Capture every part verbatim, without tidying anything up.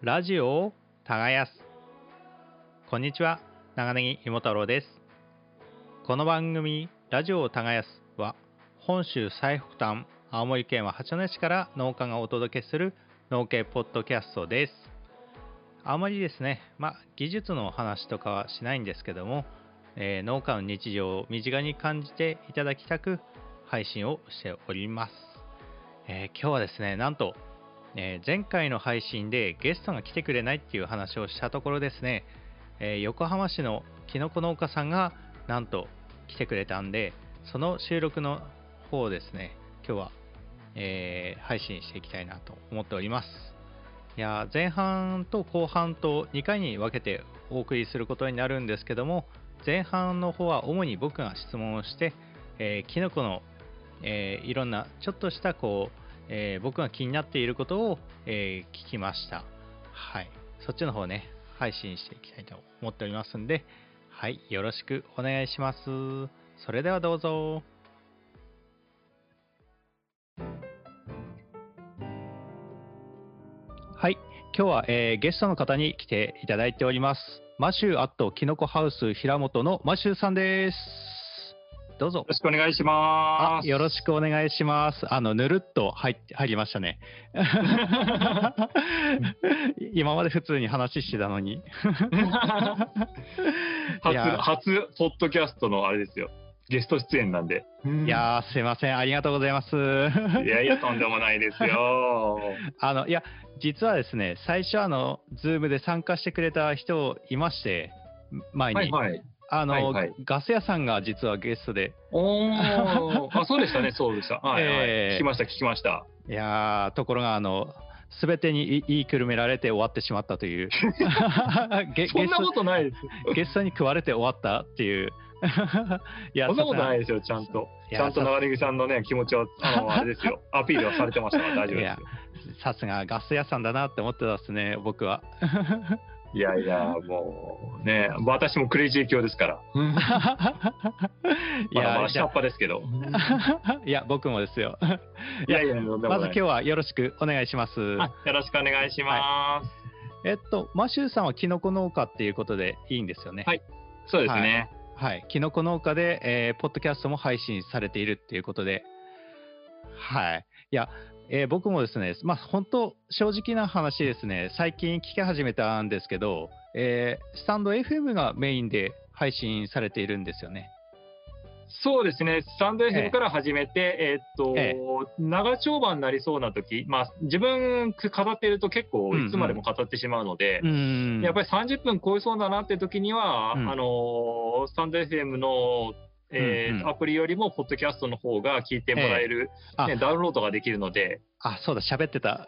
ラジオを耕す。こんにちは、長ネギ芋太郎です。この番組ラジオを耕すは、本州最北端青森県は八戸市から農家がお届けする農系ポッドキャストです。あまりですね、まあ技術の話とかはしないんですけども、えー農家の日常を身近に感じていただきたく配信をしております。えー今日はですね、なんとえー前回の配信でゲストが来てくれないっていう話をしたところですね、えー横浜市のきのこ農家さんがなんと来てくれたんで、その収録の方をですね、今日は、えー配信していきたいなと思っております。いやー前半と後半とにかいに分けてお送りすることになるんですけども、前半の方は主に僕が質問をして、えーキノコの、えーいろんなちょっとしたこうえー僕が気になっていることを、えー聞きました。はい。そっちの方ね、配信していきたいと思っておりますんで、はい。よろしくお願いします。それではどうぞ。はい。今日は、えーゲストの方に来ていただいております。マシューアットキノコハウス平本のマシューさんです。どうぞ。 よろしくお願いしあま、す。 よろしくお願いします。あの、ぬるっと入っ入りましたね。今まで普通に話してたのに。い初、 や初、ポッドキャストのあれですよ。ゲスト出演なんで。 いやー、すいません。ありがとうございます。 いやいや、とんでもないですよ。 あの、いや、実はですね、最初、あの、ズームで参加してくれた人いまして、前に。 はいはい。 あの、 はいはいガス屋さんが実はゲストで。 おー、あ、そうでしたね、そうでした。はいはい。 えー聞きました、聞きました。 いやー、ところが、あの、すべてに言いくるめられて終わってしまったという。ゲそんなことないです。 ゲストに食われて終わったっていう。いやそんなことないいですよ、ちゃんと。 いやちゃんと長ネギさんのね、気持ちは、あの、あれですよ。アピールはされてましたから大丈夫いやですよ。 さすがガス屋さんだなって思ってたですね、僕は。 いやいや、もうね、私もクレイジー教ですから。 いまだまだじゃ下っ端ですけど。 いや、僕もですよ。 いやいや、とんでもないまず今日はよろしくお願いします。 あよろしくお願いします。 えっと、マシューさんはキノコ農家っていうことでいいんですよね。 はいそうですね。 はい。キノコ農家で、えーポッドキャストも配信されているっていうことで。はい。いや、えー僕もですね、まあ、本当、正直な話ですね、最近聞き始めたんですけど、えースタンド エフエム がメインで配信されているんですよね。 そうですね。スタンド エフエム から始めて、えーっと、 え長丁場になりそうな時、まあ、自分語っていると結構いつまでも語ってしまうので、 うーん。 やっぱりさんじゅっぷん超えそうだなって時には、 うんあの、スタンド エフエム の、えーうんうんアプリよりも、ポッドキャストの方が聞いてもらえる、 あねダウンロードができるので、 あ、そうだ、喋ってた。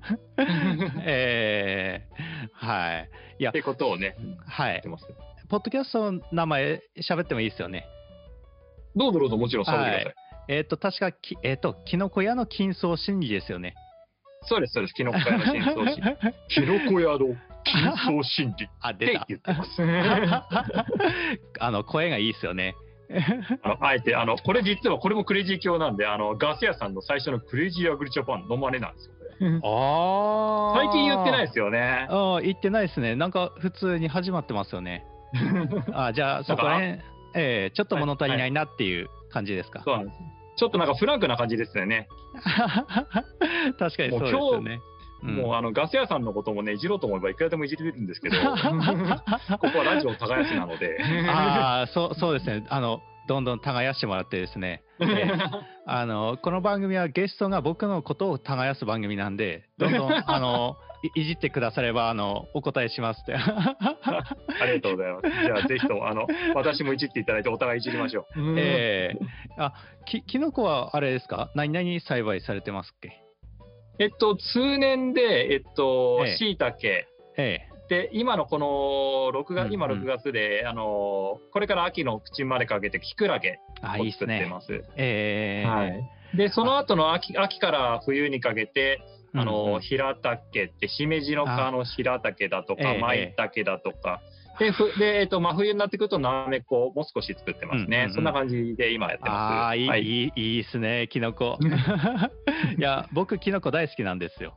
えーはい。いやって、ことをね、 はい言って。ます。 ポッドキャストの名前喋ってもいいですよね。 どうぞどうぞ、もちろん触ってください。 はいえっ、と、確かき、えっ、と、キノコ屋の金層心理ですよね。 そうです、そうです。キノコ屋の真相心理。キノコ屋の真相心理っあ、 て出た。 言ってます。 あの、声がいいですよね。 あのあえて、あの、これ実は、これもクレイジー教なんで、あの、ガス屋さんの最初のクレイジーアグリジャパンの真似なんですよ。これああ。 最近言ってないですよね。 ああ、言ってないですね。なんか普通に始まってますよね。あじゃあ、そこら辺、えーちょっと物足りないなっていう感じですか。 そうなんです。ちょっとなんかフランクな感じですよね。 確かにそうですよね。うんもうあのガス屋さんのこともね、いじろうと思えばいくらでもいじれるんですけど、ここはラジオ耕すなので。 ああ、そうそうですね。あの、どんどん耕してもらってですね。えーあの、この番組はゲストが僕のことを耕す番組なんで、どんどん、あの、いいじってくだされば、あの、お答えしますって。 ありがとうございます。じゃあぜひともあの私もいじっていただいてお互いいじりましょう。 えー、あ、き、きのこはあれですか？何々栽培されてますっけ？ えっと通年でえっとええ椎茸えで今のこのろくがつ、 うんうん今ろくがつであのこれから秋の口までかけてキクラゲあ、 をいいっすね。 作ってます。 えー、 はい。でその後の秋秋から冬にかけてあの、 うんうん平茸ってしめじの皮の平茸だとかええ舞茸だとか、でふで、えっと、真冬になってくるとなめこも少し作ってますね、 うんうんうんそんな感じで今やってます。 ああ、いい、 はいいい、いいっすね、キノコ。いや、僕、キノコ大好きなんですよ。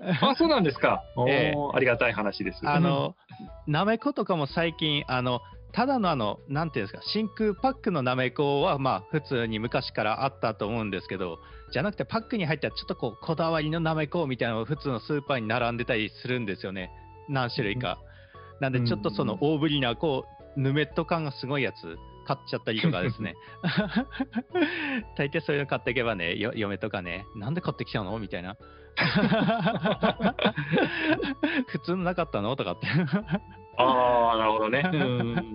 あ、そうなんですか。おー、 ええありがたい話です。 あのなめことかも最近あのただのあのなんていうんですか、真空パックのなめこはまあ普通に昔からあったと思うんですけど、じゃなくてパックに入ったちょっとこうこだわりのなめこみたいなのが普通のスーパーに並んでたりするんですよね、何種類か。なんでちょっとその大ぶりなこうぬめっと感がすごいやつ買っちゃったりとかですね大抵そういうの買っていけばね、よ嫁とかね、なんで買ってきたのみたいな普通のなかったのとかってああ、なるほどね。うん。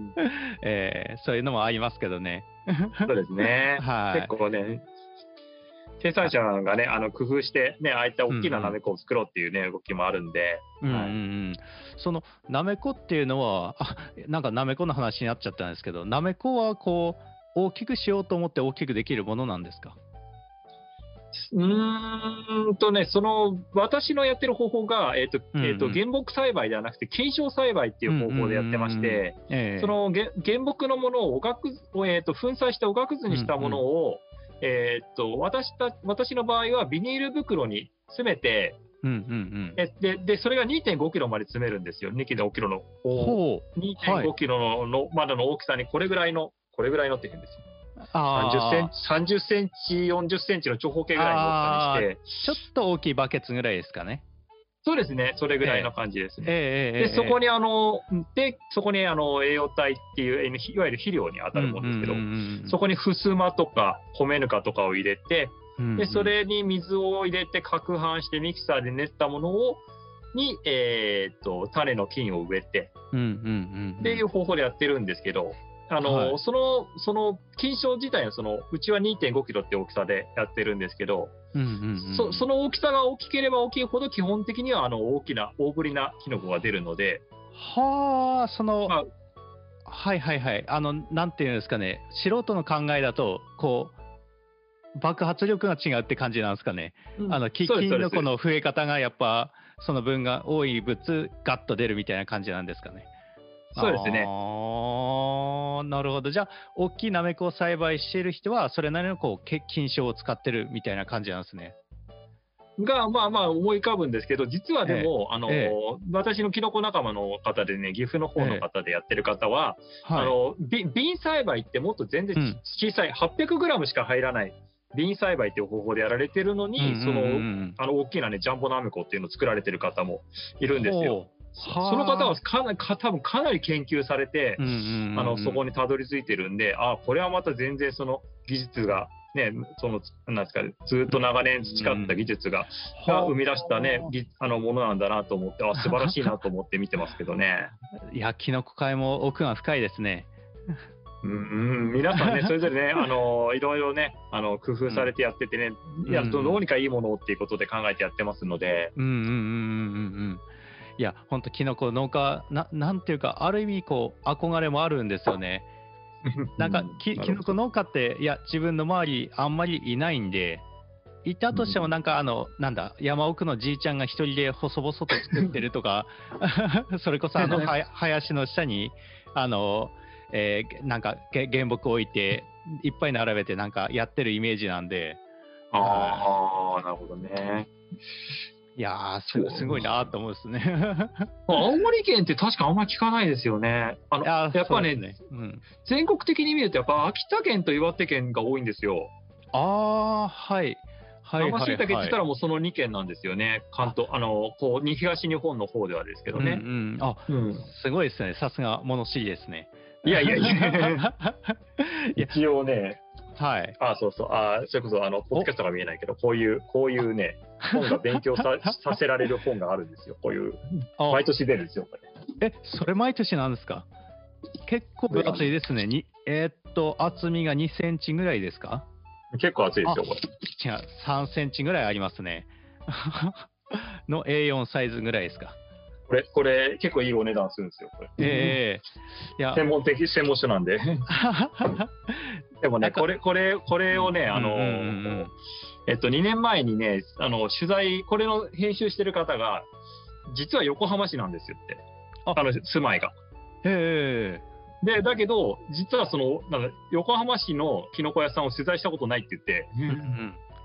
えーそういうのもありますけどね。 そうですね。 はい結構ね、生産者がね、あの工夫してね、ああいった大きななめこを作ろうっていうね、動きもあるんで、 うんうんうはい。 ん、そのなめこっていうのは、あ、なんかなめこの話になっちゃったんですけど、なめこはこう大きくしようと思って大きくできるものなんですか？ うーんとね、その私のやってる方法が、えっとうんうんえっと原木栽培ではなくて菌床栽培っていう方法でやってまして、 ええそのげ原木のものをおがくずを、えっと粉砕しておがくずにしたものを、えっと私た私の場合はビニール袋に詰めて、 うんうんうんえででそれがにてんごキロまで詰めるんですよ。にてんごキロのほう 2.5 はいキロののまでの大きさにこれぐらいのこれぐらいのって言うんですよ。30センあチ、さんじゅっセンチ、よんじゅっセンチの長方形ぐらいの大きさにして、 ちょっと大きいバケツぐらいですかね。 そうですね、それぐらいの感じですね。 ええええで、そこにあの、で、そこにあの栄養体っていう、えいわゆる肥料に当たるものですけど、そこにふすまとか米ぬかとかを入れて、で、それに水を入れて攪拌してミキサーで練ったものを、に、えーっと、種の菌を植えて、っていう方法でやってるんですけど、あの、 はいその、その、菌床自体のその、うちはにてんごキロって大きさでやってるんですけど、 うんうんうんそその大きさが大きければ大きいほど基本的にはあの大きな大ぶりなキノコが出るので、 はあ、その、 まあ、 はいはいはい、あの、なんていうんですかね、素人の考えだと、こう、爆発力が違うって感じなんですかね。 うんあの、きそうです菌のこそうですの増え方がやっぱ、その分が多い物、ガッと出るみたいな感じなんですかね。 そうですね。 ああ、なるほど。じゃあ、大きいなめこを栽培している人は、それなりのこうけ菌床を使ってるみたいな感じなんですね。 が、まあまあ思い浮かぶんですけど、実はでも、あの、 ええ私のキノコ仲間の方でね、岐阜の方の方でやってる方は、 はい。 あの、び瓶栽培ってもっと全然うん小さい、はっぴゃくグラムしか入らない瓶栽培っていう方法でやられてるのに、その、あの、大きなね、ジャンボナメコっていうのを作られてる方もいるんですよ。その方はかなり、か多分かなり研究されて、あの、そこにたどり着いてるんで、あ、これはまた全然その技術が、ね、その、なんですか、ずっと長年培った技術が、が生み出したね、ぎあの、ものなんだなと思って、あ、素晴らしいなと思って見てますけどね。 いや、キノコ界も奥が深いですね。 うん、うん皆さんね、それぞれね、あの、いろいろね、あの、工夫されてやっててね、いや、どうにかいいものをっていうことで考えてやってますので。 うんうんうんうんうんうん。いや、本当キノコ農家な、なんていうか、ある意味こう憧れもあるんですよね。なんかきキノコ農家っていや自分の周りあんまりいないんで、いたとしてもなんかあの、なんだ山奥のじいちゃんが一人で細々と作ってるとかそれこそあのは林の下にあの、えーなんかげ原木を置いていっぱい並べてなんかやってるイメージなんで、 ああ、なるほどね。 いやーすすごいなと思うんですね青森県って確かあんまり聞かないですよね。あのいやーやっぱね、 そうですねうん、 全国的に見ると、やっぱ秋田県と岩手県が多いんですよ。 ああはいはい生しいたけって言ったららもうそのに県なんですよね。関東、あの、こう、東日本の方ではですけどね。 うんうん、あ、 うんすごいですね。さすが物知りですね。 いやいやいや。 いや一応ね、 はい。 あ、そうそう、あ、それこそ、あの、ポッドキャストが見えないけど、こういう、こういうね、本が勉強ささせられる本があるんですよ。こういう、 あ毎年出るんですよ、これ。 え、それ毎年なんですか？結構分厚いですね。にえーっと、厚みがにセンチぐらいですか？ 結構熱いですよ、これ。 違う、さんセンチぐらいありますね。の エーよん サイズぐらいですか？ これ、これ、結構いいお値段するんですよ、これ。 ええいや、 専門的、専門書なんで。でもね、 なんかこれ、これ、これをね、あのうんうんうんうんえっと、にねんまえにね、あの、取材、これの編集してる方が、実は横浜市なんですよって。 ああの、住まいが。 ええで、だけど、実はその、なんか横浜市のキノコ屋さんを取材したことないって言って、 うんうん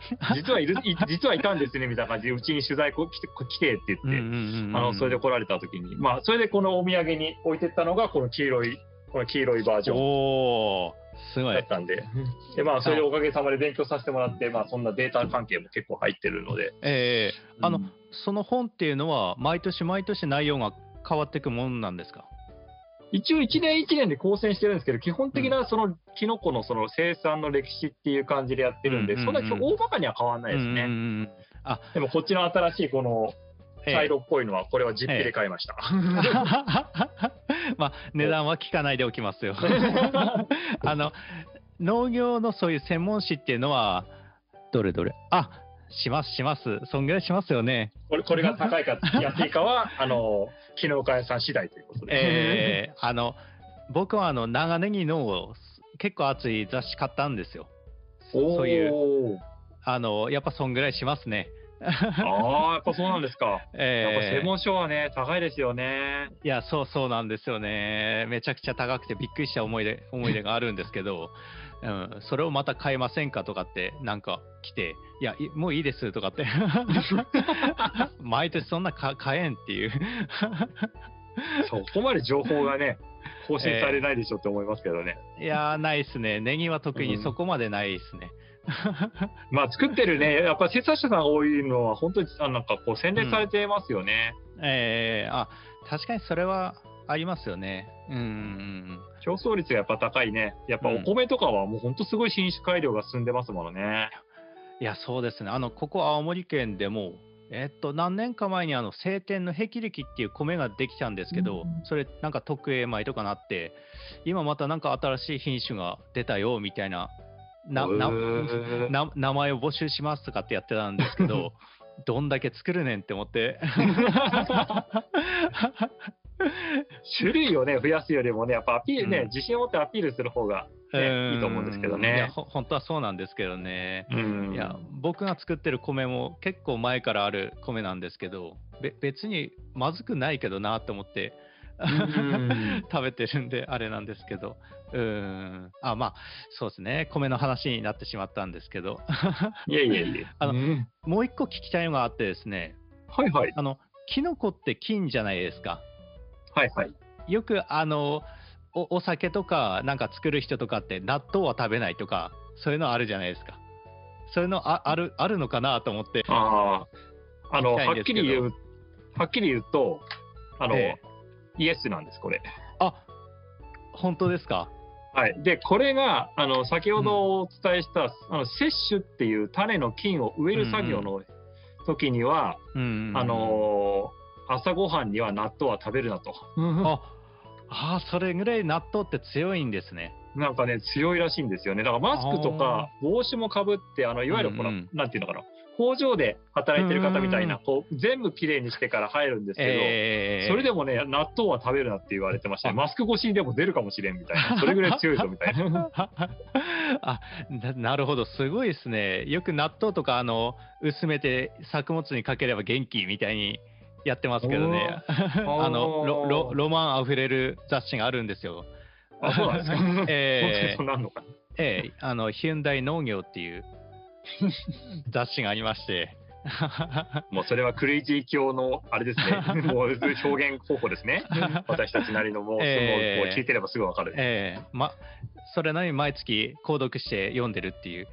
実はいるい実はいたんですねみたいな感じでうちに取材こ来て来てって言って、あのそれで来られた時に、まあそれでこのお土産に置いてったのがこの黄色いこの黄色いバージョン。 おーすごいだったんで、でまあそれでおかげさまで勉強させてもらって、まあそんなデータ関係も結構入ってるので、 えー、あの、 うん、 その本っていうのは毎年毎年内容が変わっていくものなんですか？ 一応いちねんいちねんで更新してるんですけど、基本的なそのキノコのその生産の歴史っていう感じでやってるんで、 うんうんうん、 そんな大まかには変わらないですね。うんうんうん、あでもこっちの新しいこの茶色っぽいのは、これは実費で買いました。ええ、 まあ値段は聞かないでおきますよ。あの農業のそういう専門誌っていうのはどれどれ、あしますします、そんぐらいしますよね。 これこれが高いか安いかはあの木の岡屋さん次第ということで、 えー、あの僕はあの長ネギの結構熱い雑誌買ったんですよ。そういうあのやっぱそんぐらいしますね。 ああやっぱそうなんですか。 えー、 やっぱ専門書はね高いですよね。 いやそうそうなんですよね。めちゃくちゃ高くてびっくりした思い出思い出があるんですけど、うん、それをまた買えませんかとかってなんか来て、いやもういいですとかって毎年そんなか買えんっていうそこまで情報がね更新されないでしょって思いますけどね。 えー、いやないですね。ネギは特にそこまでないですね。 うん、まあ作ってるねやっぱ生産者さんが多いのは本当になんかこう洗練されてますよね。 うん、えー、あ確かにそれはありますよね。うん。 競争率がやっぱ高いね。やっぱお米とかはもう本当すごい品種改良が進んでますものね。 いやそうですね。あのここ青森県でもえっと何年か前にあの青天の霹靂っていう米ができたんですけど、うん、それなんか特 A 米とかなって今またなんか新しい品種が出たよみたいなななな名前を募集しますとかってやってたんですけどどんだけ作るねんって思って種類をね増やすよりもねやっぱアピールね、うん、自信を持ってアピールする方が、ね、いいと思うんですけどね。 いや本当はそうなんですけどね。いや僕が作ってる米も結構前からある米なんですけどべ別にまずくないけどなと思って食べてるんであれなんですけど、うーんあまあそうですね、米の話になってしまったんですけどいえいえいえあの、うん、もう一個聞きたいのがあってですね、 はいはい、 あのキノコって金じゃないですか。 はいはい、 よくあの お, お酒とかなんか作る人とかって納豆は食べないとかそういうのあるじゃないですか。そういうの あ, あ, るあるのかなと思って。 ああのはっきり言うはっきり言うとあの、ええイエスなんですこれ。 あ、本当ですか。 はい。でこれがあの先ほどお伝えした、うん、あの摂取っていう種の菌を植える作業の時には、うんうん、あの朝ごはんには納豆は食べるなと。 ああ、それぐらい納豆って強いんですね。 なんかね強いらしいんですよね。だからマスクとか帽子もかぶってあのいわゆるほら、うんうん、なんていうのかな。工場で働いてる方みたいなこう全部きれいにしてから入るんですけど、えー、それでもね納豆は食べるなって言われてましたね。マスク越しにでも出るかもしれんみたいな、それぐらい強いぞみたいなあ な, なるほど、すごいですね。よく納豆とかあの薄めて作物にかければ元気みたいにやってますけどねあの ロ, ロ, ロマンあふれる雑誌があるんですよ。 あ、そうなんですか。えー、本当にそうなんのか。 えー、あのヒュンダイ農業っていう雑誌がありましてもうそれはクレイジー教のあれですねもう表現方法ですね私たちなりのもう、えー、もう聞いてればすぐ分かる、 えーま、それなりに毎月購読して読んでるっていう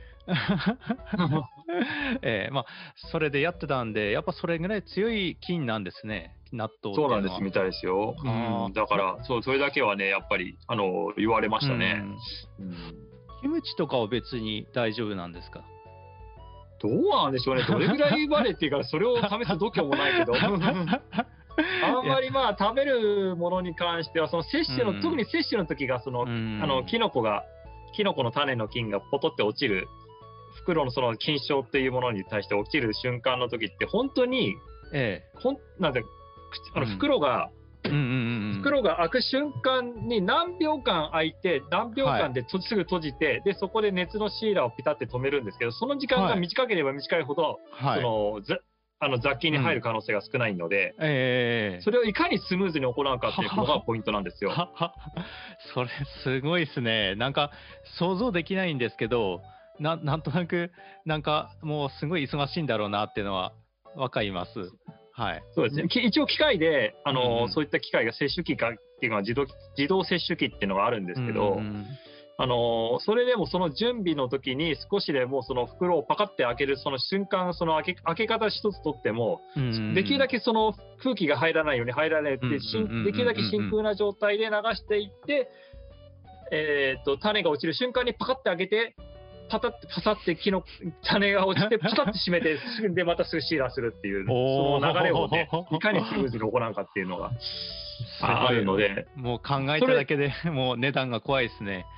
えーま、それでやってたんでやっぱそれぐらい強い菌なんですね、納豆っていうのは。 そうなんですみたいですよ、うん、だからそうそれだけはねやっぱりあの言われましたね、 うんうん、キムチとかは別に大丈夫なんですか。 どうなんでしょうね、どれぐらいまでっていうか、それを試す度胸もないけど、あんまりまあ食べるものに関しては、その摂取の、うん、特に摂取の時がその、うん、あのキノコが、キノコの種の菌がポトって落ちる、袋のその菌床っていうものに対して落ちる瞬間の時って、本当に、ええ、ほんなんてあの袋が、うんうんうんうん、袋が開く瞬間に何秒間開いて何秒間で、はい、すぐ閉じてでそこで熱のシーラーをピタって止めるんですけど、その時間が短ければ短いほど、はい、そのざあの雑菌に入る可能性が少ないので、うんえー、それをいかにスムーズに行うかっていうのがポイントなんですよ。 それすごいですね。なんか想像できないんですけど、 ななんとなく、なんかもうすごい忙しいんだろうなっていうのは分かります。はい。 そうですね。き一応機械で、あの、 うんうんそういった機械が接種機かっていうのは自動、自動接種機っていうのがあるんですけど、 うんうんあの、それでもその準備の時に少しでもその袋をパカって開けるその瞬間、その開け開け方一つとっても、 うんうん、 できるだけその空気が入らないように入らないって、 うんうんうんうんうん、 できるだけ真空な状態で流していって、えーっと、種が落ちる瞬間にパカって開けて、パタッてパサって木の種が落ちてパタッて閉めてでまたすぐシーラーするっていうその流れをねいかにスムーズに行うかっていうのがあるので、 もう考えただけでもう値段が怖いですね。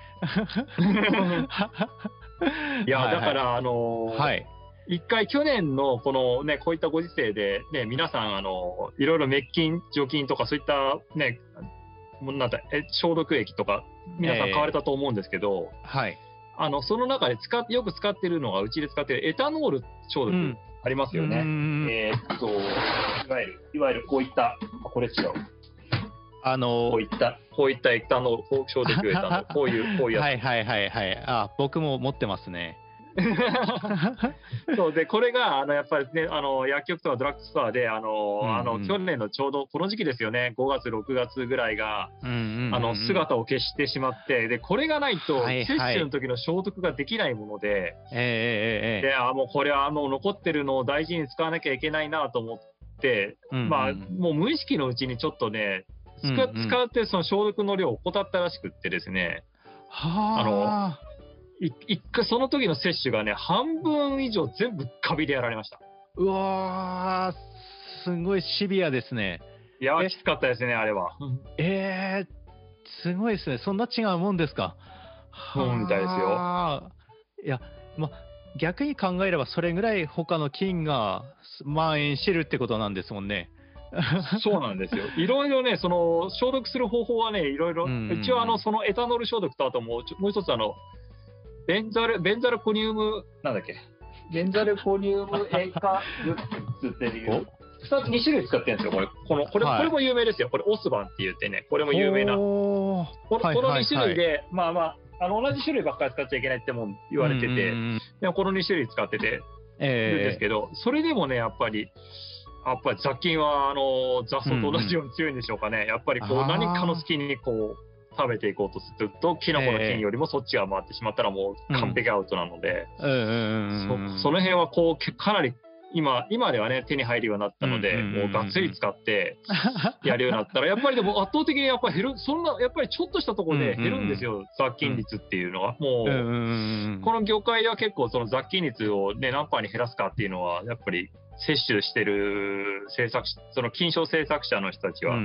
いや、だからあのー、はい一回去年のこのねこういったご時世でね皆さんあのいろいろ滅菌除菌とかそういったねなんだえ消毒液とか皆さん買われたと思うんですけど、 えー、はい。 あのその中で使っよく使ってるのがうちで使ってるエタノール消毒ありますよね。うん、えー、っといわゆるいわゆるこういったこれ違うあのー、 こういったこういったエタノール消毒エタノールこういうこういうやつはいはいはいはい。あ、僕も持ってますね。 そうでこれがあのやっぱりねあの薬局とかドラッグストアであの、うんうん、あの去年のちょうどこの時期ですよねごがつろくがつぐらいが、うんうんうん、あの姿を消してしまってでこれがないと、はいはい、接種の時の消毒ができないもので、えー、であもうこれはもう残ってるのを大事に使わなきゃいけないなと思って、うんうん、まあもう無意識のうちにちょっとね使、うんうん、使ってその消毒の量を怠ったらしくってですねはあの一回その時の接種がね半分以上全部カビでやられました。 うわーすごいシビアですね。 いやきつかったですねあれは。 えー、すごいですね。そんな違うもんですか。 そうみたいですよ。 いやま逆に考えればそれぐらい他の菌が蔓延してるってことなんですもんね。 そうなんですよ。いろいろねその消毒する方法はねいろいろ、うんうんうん、一応あのそのエタノール消毒とあともうもう一つあのベンザル、ベンザルコニウム、なんだっけ、ベンザルコニウム塩化物質っていう、に種類使ってるんですよ、これ。このこれ、はい、これも有名ですよ。これ、オスバンって言ってね、これも有名な。この、はいはいはい、このに種類で、まあまあ、あの同じ種類ばっかり使っちゃいけないっても言われてて、でもこのに種類使っててるんですけど、えー、それでもね、やっぱり、やっぱり雑菌はあの雑草と同じように強いんでしょうかね。うんうん、やっぱりこう何かの隙にこう、食べていこうとするとキノコの菌よりもそっちが回ってしまったらもう完璧アウトなので、その辺はこうかなり今今ではね手に入るようになったので、うんうんうんうん、もうがっつり使ってやるようになったらやっぱりでも圧倒的にやっぱり減るそんなやっぱりちょっとしたところで減るんですよ、うんうんうん、雑菌率っていうのはもう、うんうんうん、この業界では結構その雑菌率をね何パーに減らすかっていうのはやっぱり摂取してる制作その菌床製作者の人たちは、うんうんうん、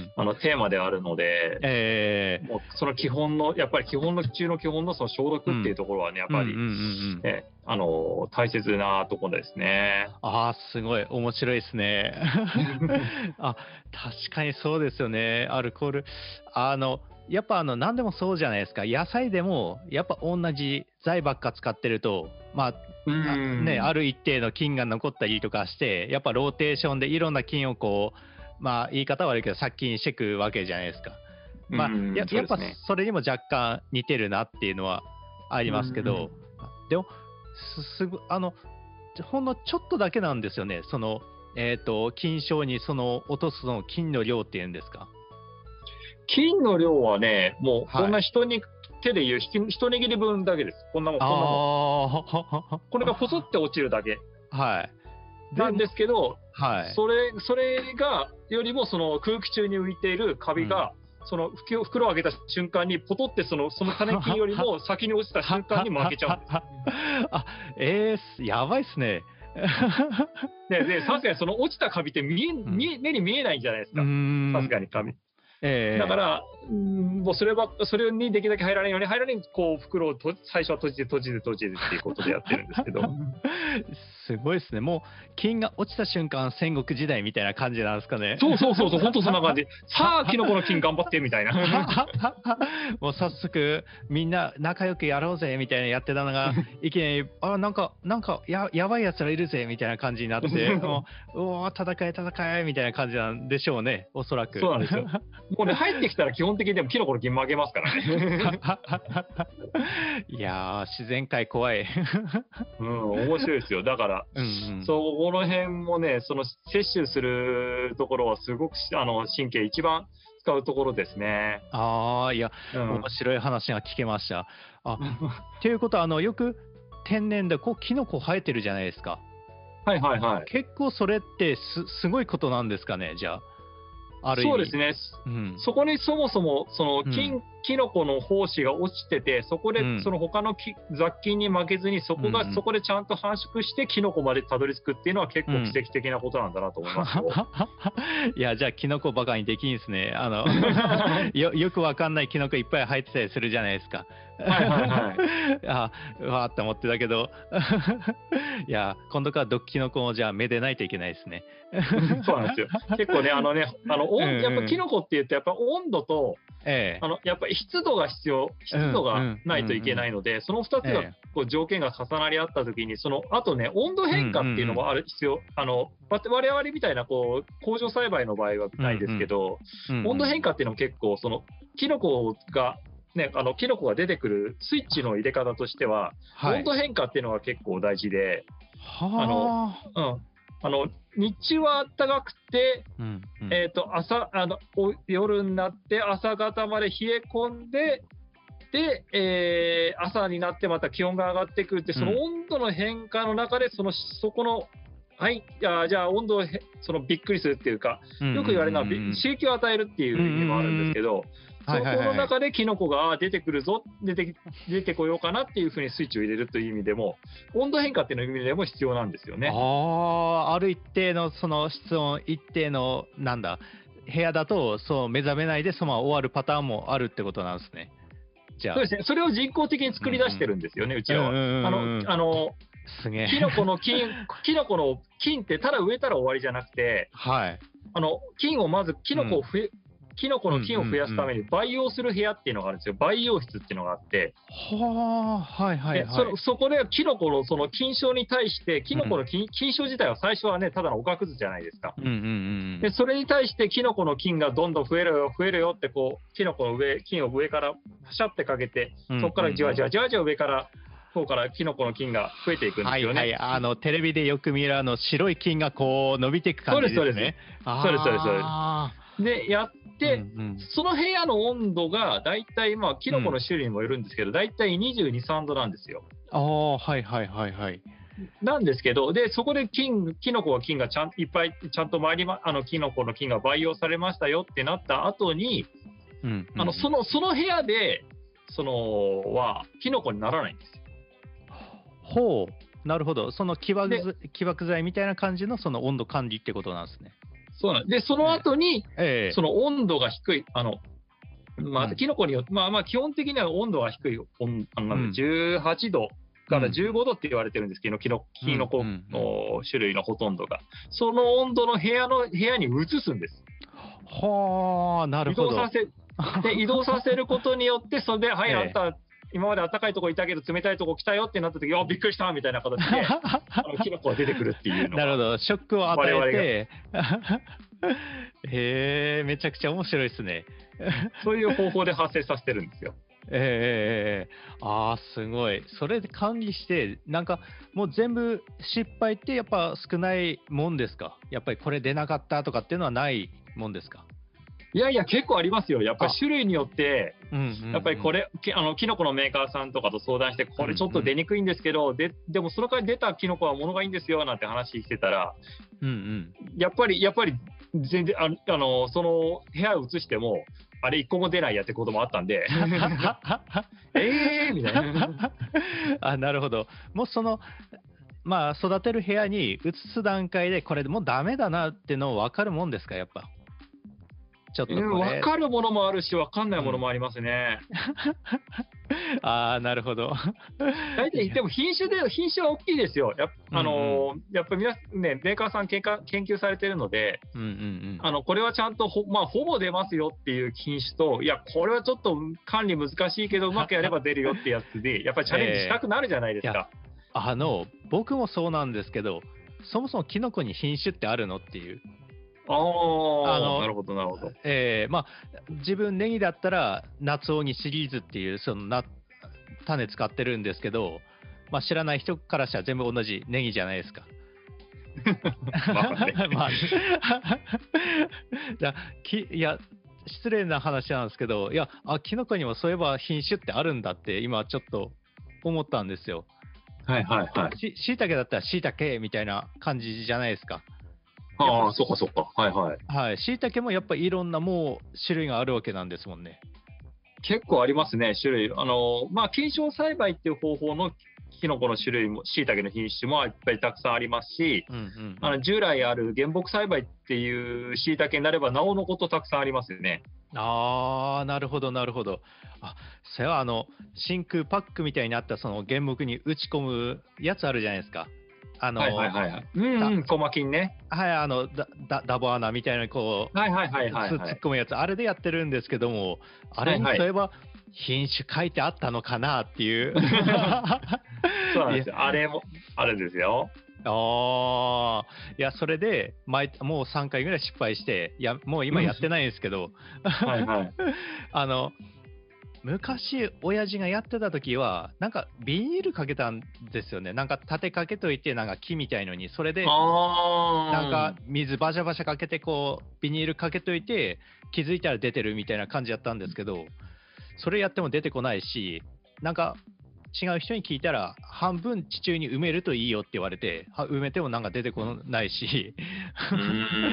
あのテーマであるので、えー、もうその基本のやっぱり基本の中の基本のその消毒っていうところはね、うん、やっぱり、うんうんうんね、あの大切なところですね。 ああすごい面白いですね。あ確かにそうですよね。アルコールあのやっぱあの何でもそうじゃないですか。野菜でもやっぱ同じ材ばっか使ってるとまああ, ね、ある一定の菌が残ったりとかしてやっぱローテーションでいろんな菌をこうまあ言い方悪いけど殺菌していくわけじゃないですか。まあや, やっぱそれにも若干似てるなっていうのはありますけどでもすすぐあのほんのちょっとだけなんですよねその、えーと、菌床にその落とすの菌の量っていうんですか。 菌の量はねもうこんな人に、はい手でいう一握り分だけです。こんなもん、こんなもん。これが細って落ちるだけ。 はい。 なんですけど、 はい、 それ、それが、よりもその空気中に浮いているカビが、うん、その袋を開けた瞬間に、ポトってその、その種菌よりも先に落ちた瞬間に負けちゃうんです。 あ、えー、やばいっすね。 で、さすがにその落ちたカビって見え、見え、目に見えないんじゃないですか。さすがにカビ。えー、だから、もうそれはそれにできるだけ入らないように入らないようにこう袋をと最初は閉じて閉じて閉じてっていうことでやってるんですけどすごいですね。もう菌が落ちた瞬間戦国時代みたいな感じなんですかね。 そうそうそうそう本当そんな感じ。さあキノコの菌頑張ってみたいなもう早速みんな仲良くやろうぜみたいなやってたのがいきなりあなんかなんか や, やばいやつらいるぜみたいな感じになってもうお戦え戦えみたいな感じなんでしょうねおそらく。 そうなんですよもうね、入ってきたら基本的にでもキノコの菌負けますからね。 いやー、自然界怖い。 うん、面白いですよ。だから、 うんうん、 そこの辺もね、その摂取するところはすごくあの神経一番使うところですね。 ああ、いや、 うん、 面白い話が聞けました。あ、っていうことは、あの、よく天然でこう、キノコ生えてるじゃないですか。 はいはいはい。 結構それってす、すごいことなんですかね、じゃあ。ある意味。 そうですね。 うん。 そこにそもそもそのうん菌、キノコの胞子が落ちてて、そこでうんその他のき雑菌に負けずに、そこがうんうんそこでちゃんと繁殖してキノコまでたどり着くっていうのは結構奇跡的なことなんだなと思いますよ。 いや、じゃあ、キノコバカにできんですね。あのよ、よくわかんないキノコいっぱい生えてたりするじゃないですか。 はいはいはい。 あ、うわーって思ってたけど、いや、今度から毒キノコをじゃあ、めでないといけないですね。 そうなんですよ。結構ね、あのね、あの、温うんうんやっぱキノコって言うと、やっぱ温度と、 ええ。 あの、やっぱり湿度が必要、湿度がないといけないので、そのふたつがええこう条件が重なり合ったときに、その、あとね、温度変化っていうのもある必要、あの、わ我々みたいな、こう、工場栽培の場合はないですけど、 うんうん温度変化っていうのも結構、その、キノコが、ね、あの、キノコが出てくるスイッチの入れ方としては、 はい。 温度変化っていうのが結構大事で、あの、 はあ。 うん。あの、日中は暖かくて、 うんうんえっ、と、朝、あの、お夜になって朝方まで冷え込んで、で、えー朝になってまた気温が上がってくるって、その温度の変化の中で、その、そこの、はい、あじゃあ温度をへそのびっくりするっていうか、よく言われるのは、び刺激を与えるっていう意味もあるんですけど、そこの中でキノコがあ出てくるぞ、出て出てこようかなっていうふうにスイッチを入れるという意味でも、温度変化っていうの意味でも必要なんですよね。 ああ、ある一定のその室温、一定のなんだ、部屋だとそう目覚めないでそのまま終わるパターンもあるってことなんですね。じゃあ。 そうですね。それを人工的に作り出してるんですよね、うちらは。あの、あの、 すげえ。 キノコの菌、キノコの菌ってただ植えたら終わりじゃなくて、 はい。 あの、菌をまず、キノコを増え、キノコの菌を増やすために培養する部屋っていうのがあるんですよ。培養室っていうのがあって、 はあ、はいはいはい。 そそこでキノコのその菌床に対して、キノコの菌,、菌床自体は最初はね、ただのおがくずじゃないですか。 うんうんうん。 で、それに対してキノコの菌がどんどん増えるよ、増えるよって、こう、キノコの上、菌を上からパシャってかけて、そこからじわじわじわじわ上から、方からキノコの菌が増えていくんですよね。 はいはい、あのテレビでよく見るあの白い菌がこう伸びていく感じですね。 そうですそうです。そうですそうですそうです。でやって、うんうん、その部屋の温度がだいたいまあキノコの種類にもよるんですけど、だいたいにじゅうに、さんどなんですよ。 ああ、はいはいはいはい。 なんですけど、でそこで菌キノコは菌がちゃんいっぱいちゃんと周りまあのキノコの菌が培養されましたよってなった後に、うんうんうん、あのそのその部屋でそのはキノコにならないんですよ。 ほう、なるほど。その起爆起爆剤みたいな感じのその温度管理ってことなんですね。 そうなんで、その後に、 ええ、 その温度が低い、あの、まあ、キノコによって、まあまあ、基本的には温度が低い、あのじゅうはちどからじゅうごどって言われてるんですけど、キノキノコの種類のほとんどが。その温度の部屋の部屋に移すんです。 はあ、なるほど。 移動させ、で、移動させることによって、それで、はい、あんた、今まで暖かいとこいたけど冷たいとこ来たよってなった時、あ、びっくりしたみたいな形であのキノコが出てくるっていうのが。 なるほど、ショックを与えてへえ、めちゃくちゃ面白いですね。 そういう方法で発生させてるんですよ。 ええー、ああ、すごい。それで管理して、なんかもう全部失敗ってやっぱ少ないもんですか？やっぱりこれ出なかったとかっていうのはないもんですか？ いやいや、結構ありますよ。やっぱり種類によって、やっぱりこれ、あのキノコのメーカーさんとかと相談して、これちょっと出にくいんですけど、ででもその代わり出たキノコは物がいいんですよなんて話してたら、うんうん、やっぱり、やっぱり全然ああの、その部屋を移しても、あれ、一個も出ないやってこともあったんで、えーみたいな。 あ、なるほど。もうそのまあ、育てる部屋に移す段階で、これもうダメだなっての分かるもんですか、やっぱ。ちょっとこれ、 分かるものもあるし、分かんないものもありますね。 うん、ああ、なるほど。 大体、でも品種で、品種は大きいですよ。やっあの、うんうん、やっぱり皆さんね、メーカーさん研究されてるので、うんうんうん、あのこれはちゃんとほ、まあ、ほぼ出ますよっていう品種と、いや、これはちょっと管理難しいけど、うまくやれば出るよってやつで、やっぱりチャレンジしたくなるじゃないですか。 えー、あの僕もそうなんですけど、そもそもキノコに品種ってあるのっていう。 あああ、なの、 るほど、なるほど。 えーまあ、自分ネギだったら、夏オニシリーズっていう、そのな種使ってるんですけど、まあ、知らない人からしたら全部同じネギじゃないですか。 まあね。 まあ、だきいや、失礼な話なんですけど、いや、あ、キノコにもそういえば品種ってあるんだって、今ちょっと思ったんですよ。 はいはいはい。 し、椎茸だったら椎茸みたいな感じじゃないですか。やっぱ、 ああ、そっかそっか。はいはい。 はい、椎茸もやっぱいろんなもう種類があるわけなんですもんね。 結構ありますね、種類。あの、まあ、菌床栽培っていう方法のキノコの種類も、椎茸の品種もやっぱりたくさんありますし、 うんうんうん。 あの従来ある原木栽培っていう椎茸になれば、なおのことたくさんありますよね。 ああ、なるほど、なるほど。あ、それはあの、真空パックみたいになったその原木に打ち込むやつあるじゃないですか。あはいはいの、 はいはい。うんたうん、コマ菌ね。 はい、あの、だ、だダボ穴みたいな、こう、 はいはいはいはいつはい。 突っ込むやつ、あれでやってるんですけども、あれはいはい。 にそういえば、品種書いてあったのかなっていう。いや、 そうなんですよ。あれも、あるんですよ。 ああ、いや、それで、毎もうさんかいぐらい失敗して、いや、もう今やってないんですけど、 はいはい。 あの、昔、親父がやってた時は、なんかビニールかけたんですよね。なんか立てかけといて、なんか木みたいのに、それで、なんあか水バシャバシャかけて、こう、ビニールかけといて、気づいたら出てるみたいな感じやったんですけど、それやっても出てこないし、なんか違う人に聞いたら、半分地中に埋めるといいよって言われて、は埋めてもなんか出てこないし、 あ、うん。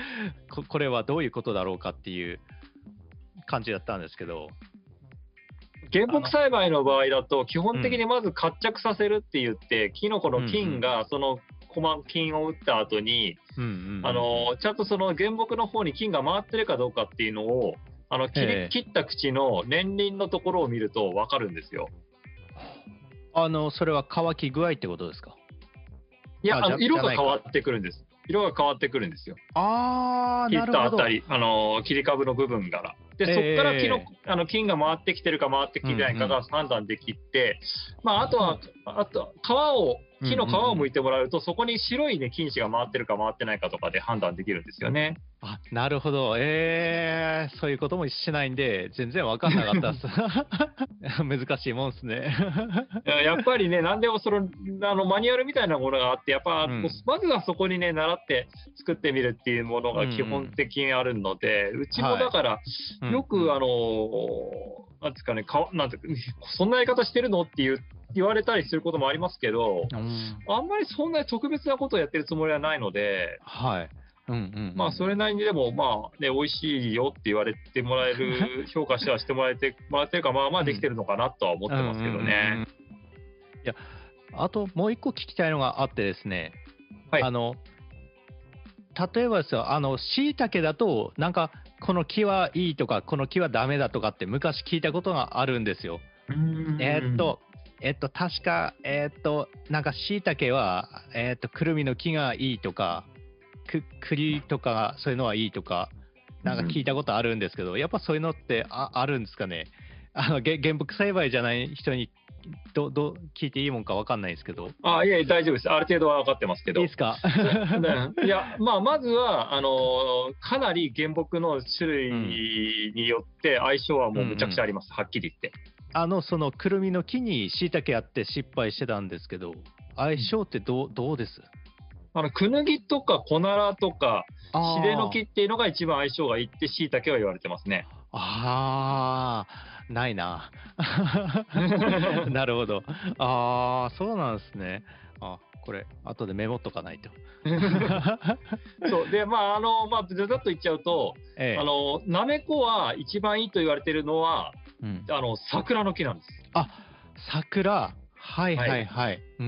ここれはどういうことだろうかっていう感じだったんですけど、 原木あの、 栽培の場合だと、基本的うん、 にまず活着させるって言って、キノコのうん、うん、 菌がそのコマ菌を打った後に、 うん、うん、うん、 あうん。 のちゃんとその原木の方に菌が回ってるかどうかっていうのを、あの切りええ、 切った口の年輪のところを見ると分かるんですよ。 あの、それは乾き具合ってことですか？ いや、 あ、じゃ、 あのじゃないか。 色が変わってくるんです。色が変わってくるんですよ。 あー、 切っなるほど。 たあたり、あの切り株の部分から。で、 えそこから木のえ、 あの菌が回ってきてるか回ってうん、うきてないかん。 が判断できて、まあ、あとは、 ほう、 あと皮を、 うん、うん、 木の皮を剥いうん。 てもらうと、そこに白い、ね、菌糸が回ってるか回ってないかとかで判断できるんですよね。 あ、なるほど。ええ、そういうこともしないんで、全然わかんなかったっす。難しいもんっすね。 やっぱりね、何でもそのあのマニュアルみたいなものがあって、やっぱ、 うん。 まずはそこにね、習って作ってみるっていうものうんうが基本ん。 的にあるので、うちもはい。 だから、 うんうん。 よくあの、なんですかね、かなんていうか、そんな言い方してるのっていう言われたりすることもありますけど、 うーん。 あんまりそんなに特別なことをやってるつもりはないので、 はい。うんうんうんまあ、そうん。 れなりにでも、まあ、ね、美味しいよって言われてもらえる、評価してはしてもらえてもらってるから、まあまあうん。 できてるのかなとは思ってますけうんうんうんどね。 うん。いや、あともう一個聞きたいのがあってですね、 はい。 あの、例えばですよ、あの、椎茸だと、なんか、この木はいいとか、この木はダメだとかって昔聞いたことがあるんですよ。 うーん。 えーっと、えっと、確か、えーっと、なんか椎茸は、えーっと、くるみの木がいいとか、く栗とかそういうのはいいとか、なんか聞いたことあるんですけど、やっぱそういうのってああるんですかね。あの、げ原木栽培じゃない人にどど聞いていいもんかわかんないですけど。 あ、いえ、大丈夫です。ある程度は分かってますけど。 いいですか？ ででいや、まあ、まずは、あの、かなり原木の種うん。 類によって相性はもうむちゃくちゃうんうん。 あります。はっきり言って。 あの、そのくるみの木に椎茸あって失敗してたんですけど、相性ってどうどうです？ あの、クヌギとかコナラとか、シデの木あっていうのが一番相性がいいって椎茸は言われてますね。 あ、ああ、ないな。なるほど。ああ、そうなんですね。あ、これ後でメモっとかないと。 そう。で、まあ、あの、まあ、ざざっと言っちゃうと、あええ。 の、なめこは一番いいと言われてるのは、 うん。 あの、桜の木なんです。 あ、桜。はいはい。 はいはい。うんうん。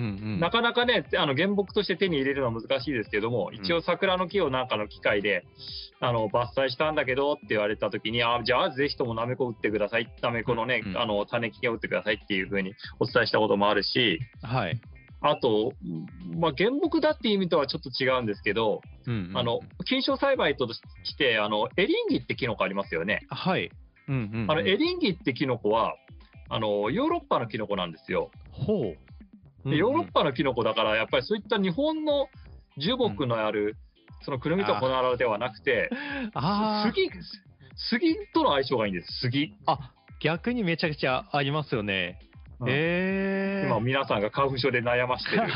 なかなかね、あの原木として手に入れるのは難しいですけども、 うん。 一応桜の木をなんかの機械で、あの伐採したんだけどって言われたときに、あ、じゃあぜひともなめこ打ってください、なめうんこのね、 うん。 あの種木を打ってくださいっていうふうにお伝えしたこともあるし、 はい。 あと、まあ、原木だっていう意味とはちょっと違うんですけど、 うんうんうあのん。 菌床栽培として、あのエリンギってキノコありますよね。 はい。うんうんうあのエん。 リンギってキノコは、あのヨーロッパのキノコなんですよ。 ほう。うんうでヨーロッん。 パのキノコだから、やっぱりそういった日本の樹うん。 木のあるそのクヌギとコナラではなくて、 あ杉、杉との相性がいいんです、杉。 あ、逆にめちゃくちゃありますよね。うん、えー、 今皆さんが花粉症で悩ましてる。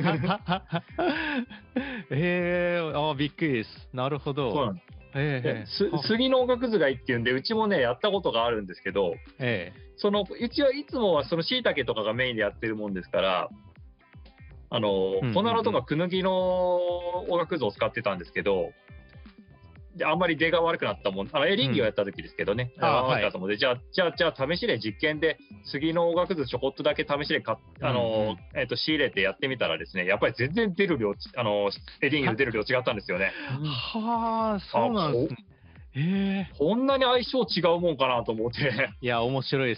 えー、あ、びっくりです。なるほど。 そうなんです。 えー、杉のおがくずがいいっていうんで、うちもねやったことがあるんですけど、 えー、 そのうちはいつもはその椎茸とかがメインでやってるもんですから、あのコナラとかクヌギのおがくずを使ってたんですけど、であんまり出が悪くなったもん、あのエリンギをやった時ですけどね、うん、あ悪かったもんで、じゃあじゃあじゃあ試しで実験で杉のおがくずちょこっとだけ試しでかあの、うんうん、えー、と仕入れてやってみたらですね、やっぱり全然出る量、あのエリンギの出る量違ったんですよね。 はあ、そうなんですね。えー、こんなに相性違うもんかなと思って。 いや面白いです。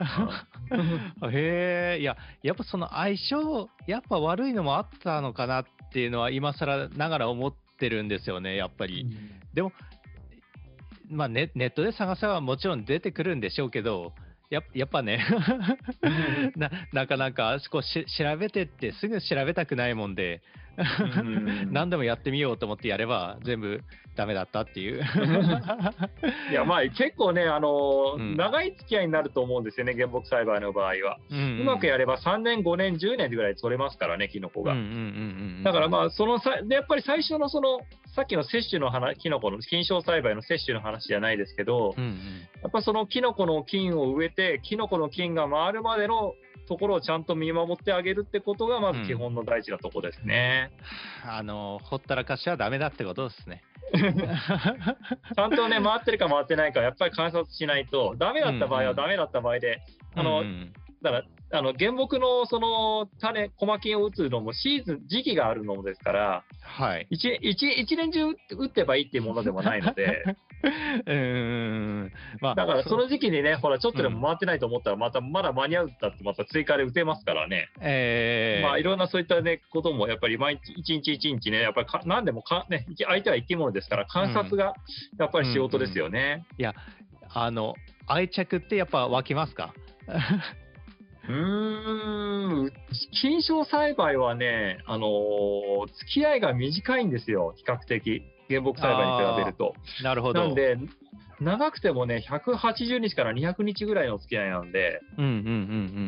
へえ、いややっぱその相性やっぱ悪いのもあったのかなっていうのは今更ながら思ってるんですよね、やっぱり。うん、でも、まあネ、ネットで探せばもちろん出てくるんでしょうけど、ややっぱねな、なかなかこうし調べてってすぐ調べたくないもんで何でもやってみようと思ってやれば全部ダメだったっていういやまあ結構ね、あのーうん、長い付き合いになると思うんですよね、原木栽培の場合は、うんうん、うまくやればさんねんごねんじゅうねんぐらい取れますからね、キノコが。だからまあそのさでやっぱり最初のそのさっきの摂取の話、キノコの菌床栽培の摂取の話じゃないですけど、うんうん、やっぱそのキノコの菌を植えてキノコの菌が回るまでのところをちゃんと見守ってあげるってことがまず基本の大事なところですね。 うん、あのほったらかしはダメだってことですね。 ちゃんとね回ってるか回ってないかやっぱり観察しないと、ダメだった場合はダメだった場合で、うんうん、あの、うん、だからあの原木のその種コマ菌を打つのもシーズン時期があるのですから、 はい、 一, 一, 一年中打ってばいいっていうものでもないのでうーん、まあ、 だからその時期にね、ほらちょっとでも回ってないと思ったらまたまだ間に合ったってまた追加で打てますからね、 えー、 まあいろんなそういったねこともやっぱり毎日一日一日ねやっぱりか何でもかね相手は生き物ですから観察がやっぱり仕事ですよね。 うんうんうん、いやあの愛着ってやっぱ湧きますか？ うーん、菌床栽培はね、あのー、付き合いが短いんですよ、比較的、原木栽培に比べると。 なるほど。 なんで、長くてもね、ひゃくはちじゅうにちからにひゃくにちぐらいの付き合いなんで、 うんうんうんうん、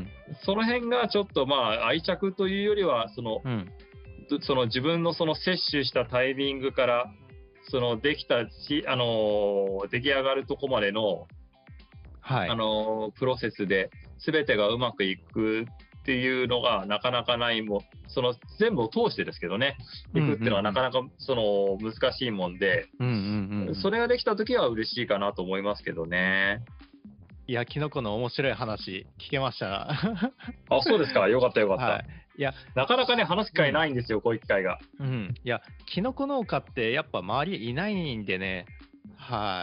その辺がちょっと、まあ、愛着というよりは、その、うん、その自分のその摂取したタイミングから、そのできたし、あのー、出来上がるとこまでの、はい、あのー、プロセスで、全てがうまくいくっていうのがなかなかないもん、その全部を通してですけどね、いくっていうのはなかなかその難しいもんで、うんうんうん、それができたときは嬉しいかなと思いますけどね。 いや、キノコの面白い話聞けました。あ、 そうですか、よかったよかった。はい、 いやなかなかね、話す機会ないんですよ、うん、こういう機会が。 うん、いや、キノコ農家ってやっぱ周りいないんでね。はい、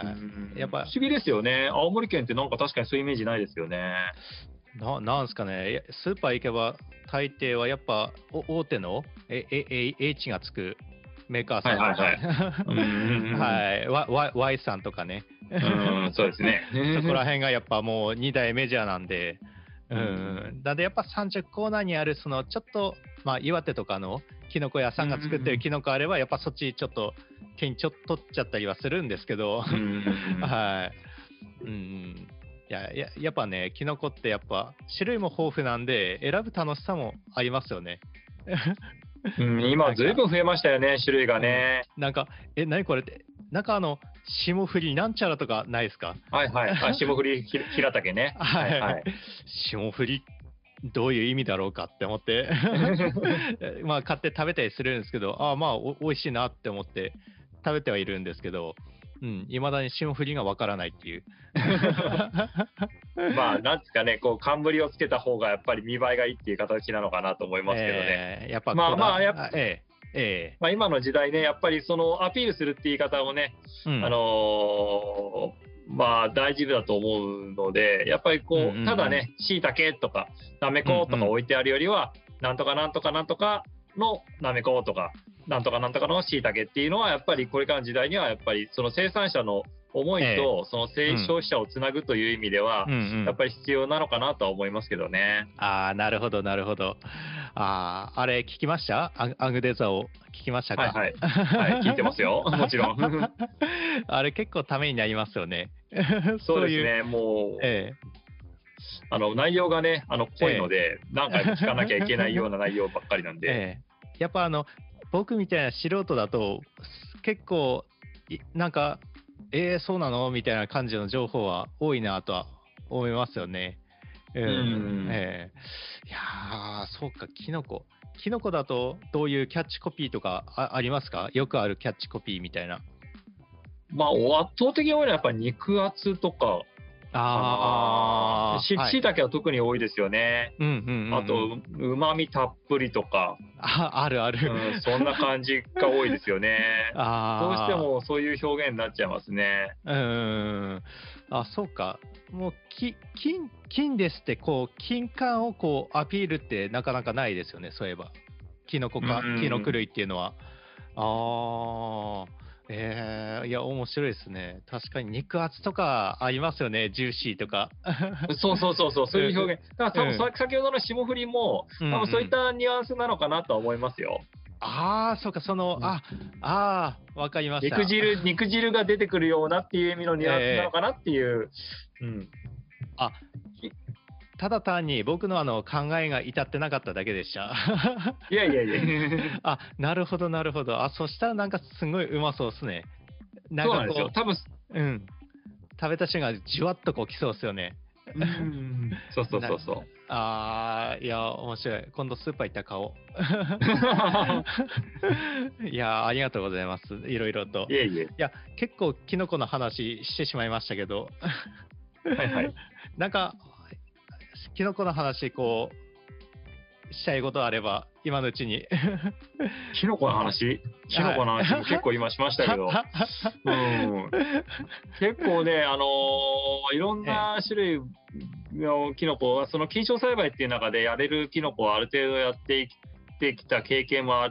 やっぱ不思議ですよね。青森県ってなんか確かにそういうイメージないですよね。 ななんですかね、スーパー行けば大抵はやっぱ大手の H がつくメーカーさんとか、はい、Y さんとかね、 うんそうですね。 そこら辺がやっぱもうに大メジャーなんで、うん、だってやっぱ産直コーナーにあるそのちょっと、まあ、岩手とかのキノコ屋さんが作ってるキノコあれば、やっぱそっちちょっと手にちょっと取っちゃったりはするんですけど、はい、うん、いや, や, やっぱね、キノコってやっぱ種類も豊富なんで選ぶ楽しさもありますよね。 うん、今ずいぶん増えましたよね、種類がね。 なんか、え、何これって、なんかあの、霜降りなんちゃらとかないですか？ はいはい、あ、霜降りひ平竹ね。 はいはい。霜降りどういう意味だろうかって思ってまあ買って食べたりするんですけど、ああまあお美味しいなって思って食べてはいるんですけど、うん、未だに霜降りがわからないっていうまあなんですかね、こう冠をつけた方がやっぱり見栄えがいいっていう形なのかなと思いますけどね、 えー、やっぱまあまあやっぱ、 えーえーまあ、今の時代ね、やっぱりそのアピールするって言い方をね、うん、あのーまあ大丈夫だと思うので、やっぱりこう、うんうんうん、ただね、しいたけとかなめことか置いてあるよりは、うんうん、なんとかなんとかなんとかのなめことかなんとかなんとかのしいたけっていうのはやっぱりこれからの時代にはやっぱりその生産者の思いと、えー、その消費者をつなぐという意味では、 うんうんうん、 やっぱり必要なのかなとは思いますけどね。 ああ、なるほど、なるほど。ああ、あれ聞きました？アアグデザを聞きましたか？ はいはい。はい、聞いてますよ。もちろん。 あれ結構ためになりますよね。 そうですね、もう。ええ、あの内容がね、あの濃いので、ええ、何回も聞かなきゃいけないような内容ばっかりなんで。 ええ、やっぱあの僕みたいな素人だと結構なんかえー、そうなのみたいな感じの情報は多いなとは思いますよね。えー、うんえー、いやーそうか、キノコキノコだとどういうキャッチコピーとか あ, ありますか？よくあるキャッチコピーみたいな。 まあ圧倒的に多いのはやっぱり肉厚とか。 ああしいたけは特に多いですよね。あとうまみたっぷりとか。 ああるある、 うん、そんな感じが多いですよね。どうしてもそういう表現になっちゃいますね。 うんあそうか、もうき金金ですってこう金柑をこうアピールってなかなかないですよね。そういえばキノコかキノコ類っていうのは。ああえー、いや面白いですね。確かに肉厚とかありますよね。ジューシーとか。 そうそうそうそうそういう表現。だから多分、うん、先ほどの霜降りも、うん、多分そういったニュアンスなのかなとは思いますよ。 ああそうか、その、うん、ああわかりました。 肉汁肉汁が出てくるようなっていう意味のニュアンスなのかなっていう。えー、うん。 あ。ただ単に僕のあの考えが至ってなかっただけでした。 いやいやいや。 あ、なるほどなるほど。あ、そしたらなんかすごいうまそうですね。 なんかこう、そうなんですよ。多分、 うん。食べた瞬間じわっとこうきそうですよね。 うん。そうそうそうそう。 ああ、いや面白い。今度スーパー行ったら買おう。いやありがとうございます。いろいろと。 いえいえ。 いや結構キノコの話してしまいましたけど。 はいはい。 なんか。キノコの話こうしたいことあれば今のうちに。 キノコの話キノコの話も結構今しましたけど、うん、結構ね、あのー、いろんな種類のキノコはその菌床栽培っていう中でやれるキノコをある程度やってきてきた経験もあって、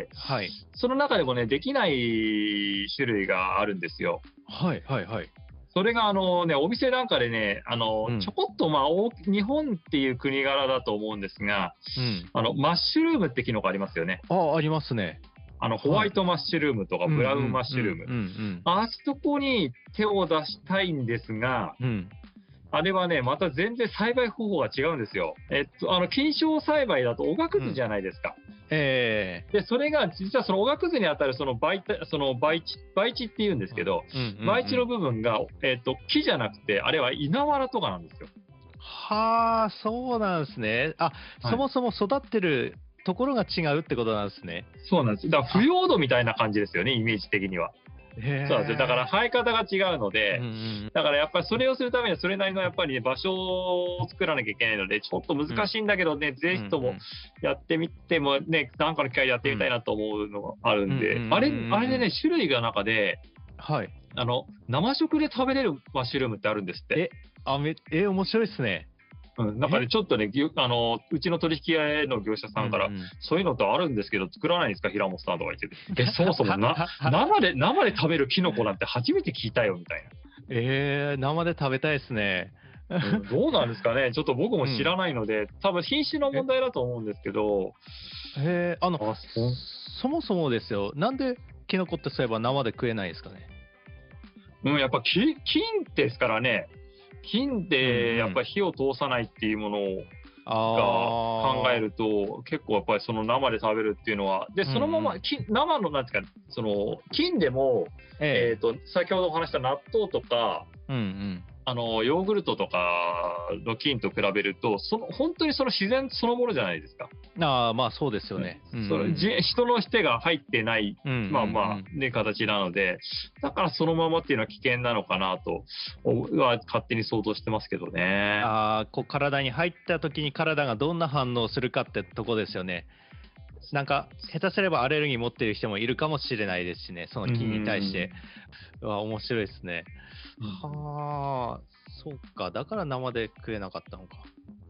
はい、 その中でもねできない種類があるんですよ。 はいはいはい。 それがあのね、お店なんかでね、あの、うん、ちょこっと、まあ、日本っていう国柄だと思うんですが、うん、あのマッシュルームってキノコありますよね。 あ、ありますね。 あのホワイトマッシュルームとか、はい、ブラウンマッシュルーム。あそこに手を出したいんですが、うん、あれはね、また全然栽培方法が違うんですよ。えっと、あの菌床栽培だとおがくずじゃないですか。うんえー、 でそれが実はそのおがくずに当たるその培その培地培地っていうんですけど、うんうん、培地の部分が、えー、と木じゃなくてあれは稲わらとかなんですよ。 はあ、そうなんですね。あ、はい、そもそも育ってるところが違うってことなんですね。 そうなんです。だから腐葉土みたいな感じですよね、イメージ的には。そうなんですよ。だから生え方が違うので、うんうん、だからやっぱりそれをするためにはそれなりのやっぱり、ね、場所を作らなきゃいけないのでちょっと難しいんだけどね、うん、ぜひともやってみてもね、何かの機会でやってみたいなと思うのがあるんで、うん、あれあれでね種類が中で、 はい、 あの生食で食べれるマッシュルームってあるんですって。 えあめえ面白いですね。 うん、なんかね、ちょっとね、あのうちの取引屋の業者さんから、うんうん、そういうのってあるんですけど、作らないんですか、平本さんとか言ってて、え、そもそもな生で、生で食べるキノコなんて初めて聞いたよみたいな。 えー、生で食べたいですね。 うん、どうなんですかね、ちょっと僕も知らないので、うん、多分品種の問題だと思うんですけど、 えー、あのあそ、そもそもですよ、なんでキノコってそういえば生で食えないですかね。 うん、やっぱ金ですからね。菌でやっぱり火を通さないっていうものが考えると、結構やっぱりその生で食べるっていうのは、でそのまま、うん、生のなんていうか、その菌でも、えー、えーと先ほどお話した納豆とか、 うんうん、 あのヨーグルトとかの菌と比べると、その本当にその自然そのものじゃないですか。 あまあそうですよね。 うん、その人の手が入ってない、うんうんうん、まあまあね形なので、だからそのままっていうのは危険なのかなとは勝手に想像してますけどね。 あこう体に入った時に体がどんな反応をするかってとこですよね。なんか下手すればアレルギー持ってる人もいるかもしれないですしね、その菌に対して。うわ面白いですね。はあ、そうか、だから生で食えなかったのか。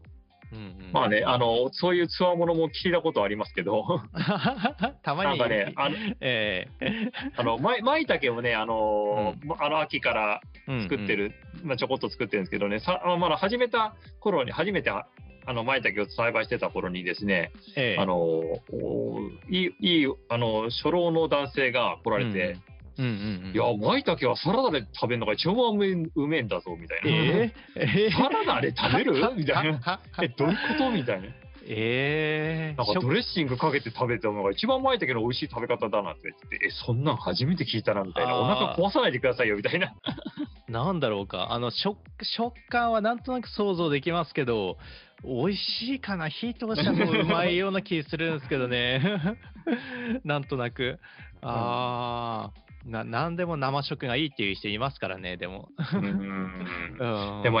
うんうん、 まあね、あの、そういうつわものも聞いたことありますけど、 たまに、 なんかね、あの、 ええあの、まい、舞茸をね、あのうんまあの秋からうんうん、 作ってる、まあ、ちょこっと作ってるんですけどね、さ、あまだ始めた頃に、初めてああの、舞茸を栽培してた頃にですね、あええの、おいい、いい、あの、初老の男性が来らうんうれて、 んうんうんうんいや、舞茸はサラダで食べるのが一番うめえ、うめえんだぞ、みたいな。 えええサラダで食べるはみたいな。 ははえ、どういうことみたいな。 ええしょなんかドレッシングかけて食べたのが一番舞茸の美味しい食べ方だなって言って、え、そんなん初めて聞いたな、みたいな。お腹あ壊さないでくださいよ、みたいな。 ーなんだろうか、あの食食感はなんとなく想像できますけど、美味しいかな、火通した方がうまいような気するんですけどね。なんとなく。 うん。 ああ、ななんでも生食がいいっていう人いますからね、でも。 うーん。 うん。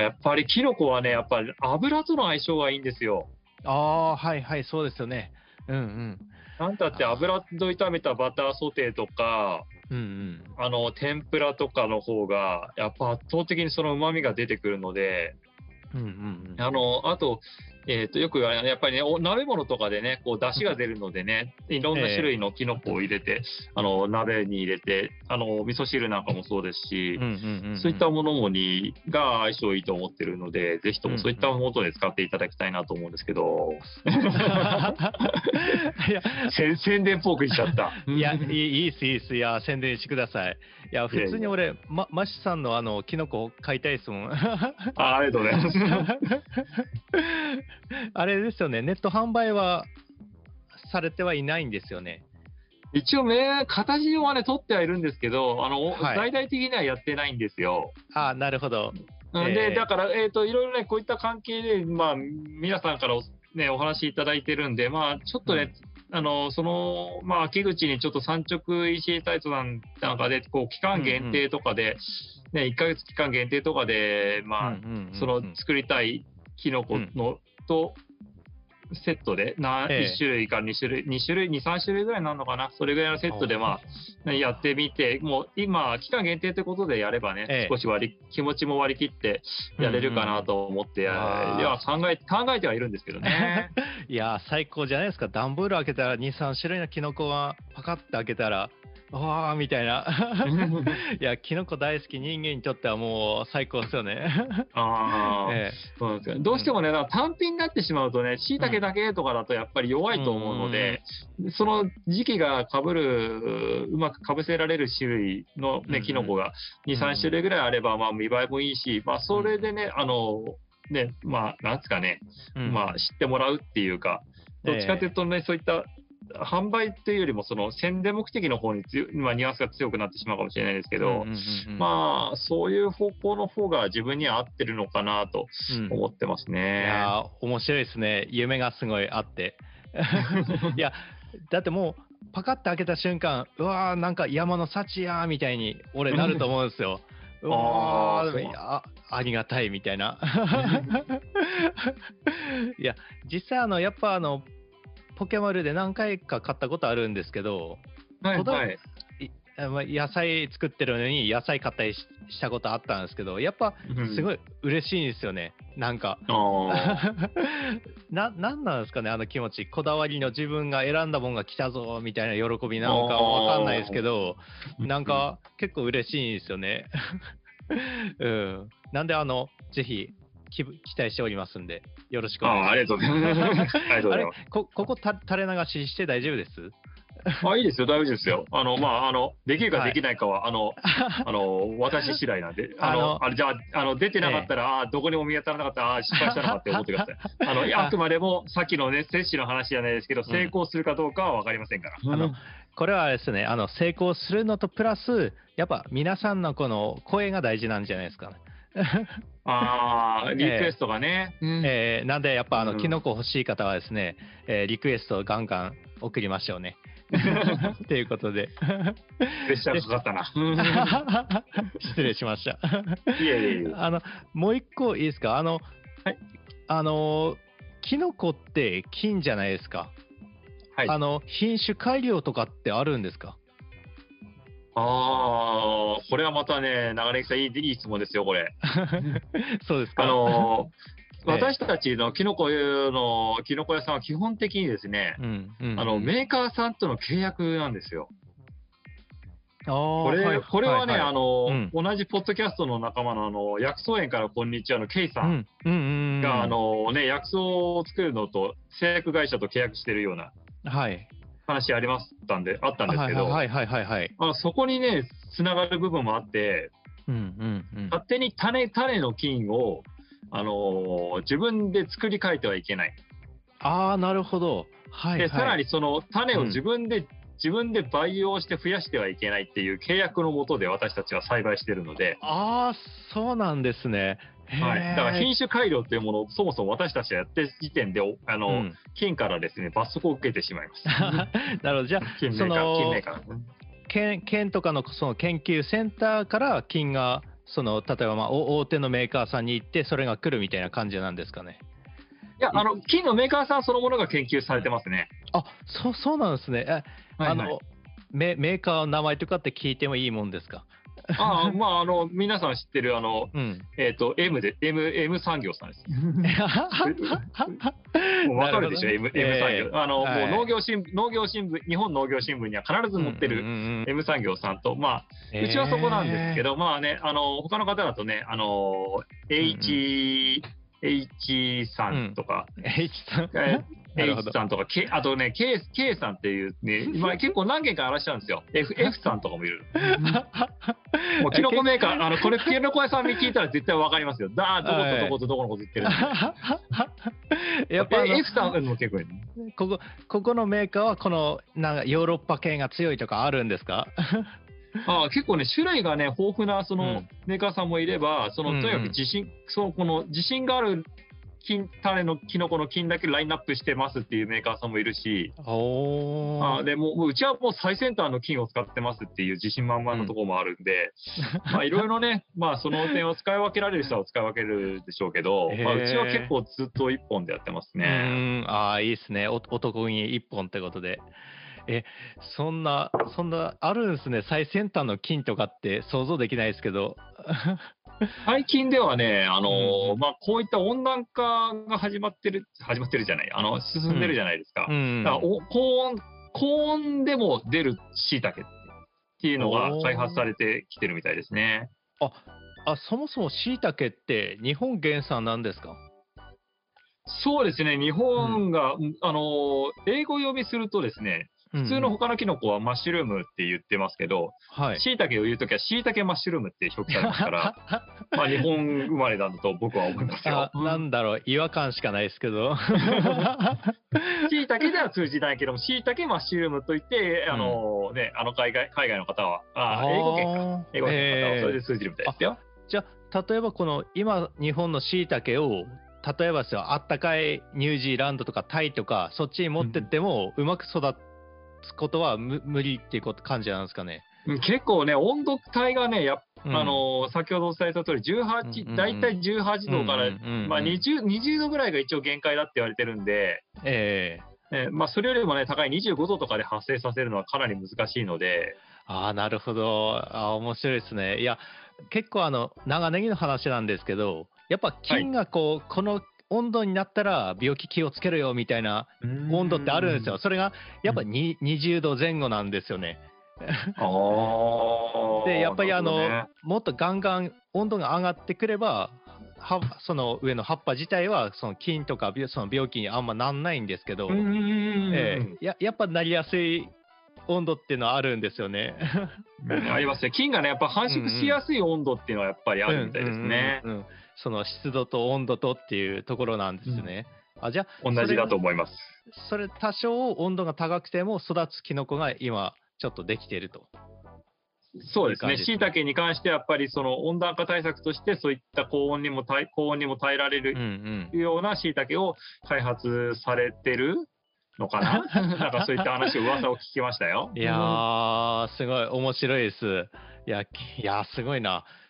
でもやっぱりキノコはね、やっぱり油との相性がいいんですよ。 ああ、はいはい、そうですよね。うんうん。 なんたってあ油と炒めたバターソテーとか、 ーうんうん。 あの、天ぷらとかの方が、やっぱ圧倒的にその旨味が出てくるので、 うんうんうん。 あの、あと、えっと、よくあやっぱりね、お鍋物とかでね、こう、出汁が出るのでね、いろんな種ええ類のキノコを入れて、あの、鍋に入れて、あの、味噌汁なんかもそうですし、 うんうんうんうん。 そういったものもに、が相性いいと思ってるので、ぜひとうんうもそういったん。 もので使っていただきたいなと思うんですけど、 いや、 せ宣伝っぽくしちゃった。 いや、いいいいっす、いいっす。いや、宣伝してください。いや、普いやいや。 通に俺、ま、マシさんのあの、キノコ買いたいですもん。 あ、ありがとうございます。 あれですよね、ネット販売はされてはいないんですよね。 一応ね、形はね、取ってはいるんですけど、あの、 はい。 大々的にはやってないんですよ。 あ、なるほど。 うんで、だえから、えっと、いろいろね、こういった関係で、まあ、皆さんからおね、お話しいただいてるんで、まあ、ちょっとね、 ーうん。 あの、その、まあ、秋口にちょっと産直 イーシー サイトなんなんかで、こう、期間限うんうん。 定とかで、ね、いっかげつ期間限定とかで、まあ、 うんうんうんうん。 その作りたいキノうん。 コのと、セットで、な、いっええ種類かに種類、に種類、に、さん種類ぐらいになるのかな。それぐらいのセットで、まあ、ねやってみて、もう今、期間限定ということでやればね、 ええ少し割り、気持ちも割り切ってうんうんうやれるかなん。 と思って、えーではああ。 考え、考えてはいるんですけどね。 いや、最高じゃないですか。段ボール開けたらに、さん種類のキノコがパカッて開けたら、わあみたいな。いや、キノコ大好き人間にとってはもう最高ですよね。 ああ、 ええ。 そうなんですよ。どうしてもね、だから単品になってしまうとね、椎うん。 茸だけとかだとやっぱり弱うんうんいと思うのうん。 で、その時期が被る、うまく被せられる種類のね、キノコうんがに、 うん。うさん種類んぐらいあれば、まあ見栄えもいいし、まあうん。うんそれでね、あの、ね、まあ、なんですかね、 うん。うんまあ知ってもらうっていうか、どっちかというええ。 とね、そういった販売っていうよりも、その宣伝目的の方に強い、まあ、ニュアンスが強くなってしまうかもしれないですけど、 うんうんうんまあ、そういう方向の方が自分には合ってるのかなとうん。うん。 思ってますね。 いやー、面白いですね。夢がすごいあって。いや、だってもう、パカッて開けた瞬間、うわー、なんか山の幸やーみたいに俺なると思うんですよ。うああ、 わー、いそう。 や、ありがたいみたいな。いや、実際あの、やっぱあの、ポケマルで何回か買ったことあるんですけど、届はいはい。 いいあま、野菜作ってるのに野菜買ったりししたことあったんですけど、やっぱうん。 すごい嬉しいんですよね、なんか。 ああ。 ななんなんですかね、あの気持ち。こだわりの自分が選んだもんが来たぞみたいな喜びあなんかわかんないですけあ。 ど、なんうん。 か結構嬉しいんですよね。うん。なんであの、ぜひ、きぶ期待しておりますんで、よろしくお願いああ、ありがとうします。 ございます。ありがとうごあれ、 ざいます。 こここた垂れ流しして大丈夫です？ あ、いいですよ、大丈夫ですよ。あの、まあ、あの、できるかではい。 きないかは、あの、あの、私次第なんで、あの、 あの、 あれ、じゃあ、あの、出てなかっええ。 たら、ああ、どこにも見当たらなかった、ああ、失敗したのかって思ってください。あの、いやああ、 くまでも、さっきのね、摂取の話じゃないですけど、 うん。 成功するかどうかは分かりませんから。 あの、これはあれですね、あの、成功するのとプラス、やっぱ皆さんのこの声が大事なんじゃないですかね。 ああ、リクエえストがね。うえ、 ん。 ええ、なんでやっぱあの、キノうん。 コ欲しい方はですね、ええ、リクエストをガンガン送りましょうね。ということで。 プレッシャーでかかったな。 失礼しました。 いえいえいえ。 あの、もう一個いいですか？あの、 はい。 あの、キノコって菌じゃないですか。 はい。 あの、品種改良とかってあるんですか？ ああ、これはまたね、長根さん、いい、いい質問ですよ、これ。 そうですあか？ の私たちのキノコのキノコ屋さんは基本的にですね、 うんうんうん、 あのメーカーさんとの契約なんですよ。 あこれ、 はい、 これはね、 はいはい、 あの、 うん、 同じポッドキャストの仲間のあの薬草園からこんにちはのケイさうんんうんうんが、あうん、 のね、薬草を作るのと製薬会社と契約してるようなはい、 話ありましたんで、あったんですはいけど、 はいはいはいはい、 あのそこにね、つながる部分もあって、 うんうんうん、 勝手に種、種の菌を、あのー自分で作り変えてはいけない。 ああなるほど、はいで、さはい、 らにその種をうん、 自分で、自分で培養して増やしてはいけないっていう契約のもとで私たちは栽培しているので、 ああそうなんですね。へはい、だからえ、 品種改良っていうものをそもそも私たちがやってる時点で、おあの、 うん、 菌からですね、罰則を受けてしまいます。 なるほど、じゃあそ菌メーカー、菌メのーカー。 県県とかのその研究センターから菌がその例えばまあお大手のメーカーさんに行ってそれが来るみたいな感じなんですかね。 いや、あの、菌のメーカーさんそのものが研究されてますね。 あ、そうそうなんですね。え、 はいはいあのメメーカーの名前とかって聞いてもいいもんですか。 ああ、まあ、あの、皆さん知ってる、あの、 うん。 えっ、と、M で、M、M 産業さんです。もうわかるでしょ、M、M 産業。あの、もう農業新聞、農業新聞、日本農業新聞には必ず載ってる M 産業さんと、まあ、うちはそこなんですけど、まあね、あの、他の方だとね、あの、H、H さんとか、 H さん。 H さんとか、K、あとね、K、K さんっていうね、今結構何件か話したんですよ。F、F さんとかもいる。もうキノコメーカー、あの、これ、キノコ屋さんに聞いたら絶対わかりますよ。だー、どことどことどこのこと言ってるんで。 やっぱあの F さんも結構いる。 ここ、ここのメーカーはこのなんかヨーロッパ系が強いとかあるんですか。 ああ結構ね、種類がね、豊富なその、 うんメーカーさんもいれば、そのうんうんとにかく自信、そのこの自信がある菌種のキノコの菌だけラインナップしてますっていうメーカーさんもいるし、 おーあでもううちはもう最先端の菌を使ってますっていう自信満々のところもあるんで、まあいろいろね、まあその点を使い分けられる人は使い分けるでしょうけど、まあ、うちは結構ずっと一本でやってますうね。 ーん、ああ、いいですね。お男に一本ってことで。え、そんな、そんな、あるんですね。最先端の菌とかって想像できないですけど。 最近ではね、あのうんうんまあ、こういった温暖化が始まってる、始まってるじゃない、あの進んでるじゃないですか。 うんだからお高温、高温でも出る椎茸っていうのが開発されてきてるみたいですね。 あ、あ、そもそも椎茸って日本原産なんですか。 そうですね、日本が、あの英語読みするとですね、普通の他のキノコはマッシュルームって言ってますけど、 はい。 椎茸を言うときは椎茸マッシュルームって表記されますから、まあ日本生まれなんだと僕は思いますよ。 あ、なんだろう、違和感しかないですけど。 椎茸では通じないけども、椎茸マッシュルームといって、あのね、あの海外海外の方は、あ英語圏か、英語圏の方はそれで通じるみたいですよ。 じゃあ、例えばこの今、日本の椎茸を、例えばですよ、あったかいニュージーランドとかタイとか、そっちに持ってっても、うまく育つことは無無理っていうこと感じなんですかね。 結構ね、温度帯がね、やうんあの先ほどお伝えした通り、じゅうはち、 うんうんうん大体じゅうはちどから、 うんうんうんうんまあ、にじゅう、にじゅうどぐらいが一応限界だって言われてるんで、 えええまあ、それよりもね、高いにじゅうごどとかで発生させるのはかなり難しいので、 ああ、なるほど。あー面白いですね。いや、結構あの、長ネギの話なんですけど、やっぱ菌がこう、この温度になったら病気気をつけるよみたいな温度ってあるんですよ。それがやっぱににじゅうどぜん後なんですよね。 あーで、やっぱりあの、 なるほどねもっとガンガン温度が上がってくれば、はその上の葉っぱ自体はその菌とか病その病気にあんまなんないんですけど、 うんうんうんうんええややっぱなりやすい温度っていうのはあるんですよね。 うんありますね。菌がね、やっぱ繁殖しやすい温度っていうのはやっぱりあるみたいですね。 うんうんうんうんその湿度と温度とっていうところなんですね。あじゃあ同じだとそれ思います。 それ多少温度が高くても育つキノコが今ちょっとできていると。 そうですね。 いい感じですね椎茸に関してはやっぱりその温暖化対策としてそういった高温にも耐高温にも耐えられうんうるん。 ような椎茸を開発されてるのかななんかそういった話を噂を聞きましたよ。 いやー、すごい面白いです。いや、きいやーすごいな。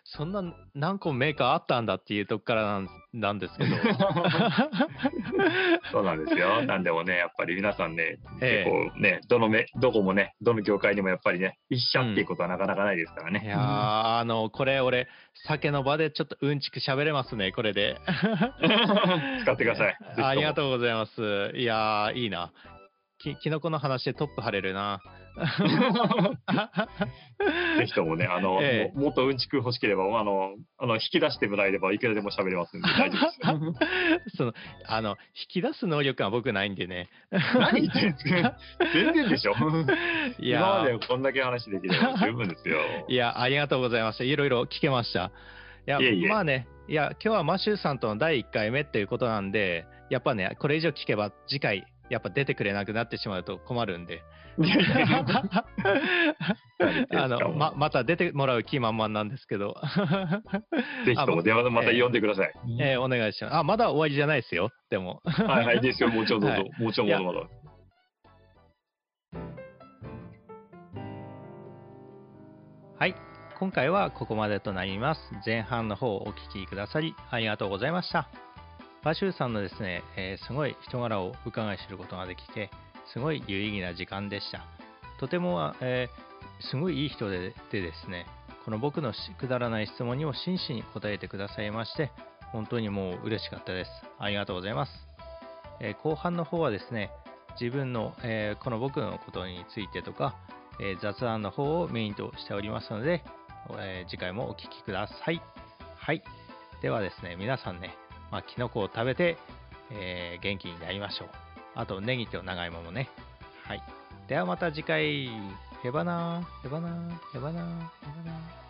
そんな何個メーカーあったんだっていうとこからなんなんですけど。 そうなんですよ。なんでもね、やっぱり皆さんね、 ええ結構ね、どのめ、どこもね、どの業界にもやっぱりね、一社っていうことはなかなかないですからね。 いやー、あの、これ俺、酒の場でちょっとうんちく喋れますね、これで。 使ってください。ぜひともありがとうございます。いやー、いいな。き、キノコの話でトップ張れるな。 ぜひともね、あの、 ええももっとうんちく欲しければ、あの、あの引き出してもらえればいくらでも喋れますんで大丈夫です。 その、あの、引き出す能力は僕ないんでね。 何言ってんですか。全然でしょ。 いやー今までこんだけ話できれば十分ですよ。 いや、ありがとうございました。いろいろ聞けました。いや、 いえいえまあね、いや、今日はマシューさんとのだいいっかいめっていうことなんで、やっぱね、これ以上聞けば次回、やっぱ出てくれなくなってしまうと困るんで。 いやいやいやあの、ま、また出てもらう気満々なんですけど。 ぜひとも電話でまた呼んでください。 えーえーお願いします。あ、まだ終わりじゃないですよ。でも。 はいはい、ですよ。もちろんどうぞ。 はいもちろんまだまだ。 はい。今回はここまでとなります。前半の方をお聞きくださりありがとうございました。バシューさんのですね、えーすごい人柄を伺い知ることができて、すごい有意義な時間でした。とても、えーすごいいい人ででですね、この僕のしくだらない質問にも真摯に答えてくださいまして、本当にもう嬉しかったです。ありがとうございます。えー後半の方はですね、自分の、えーこの僕のことについてとか、えー雑談の方をメインとしておりますので、えー次回もお聞きください。はい。ではですね、皆さんね、まあ、キノコを食べて、えー元気になりましょう。あと、ネギと長芋もね。はい。ではまた次回、へばなー、へばなー、へばなー、へばなー。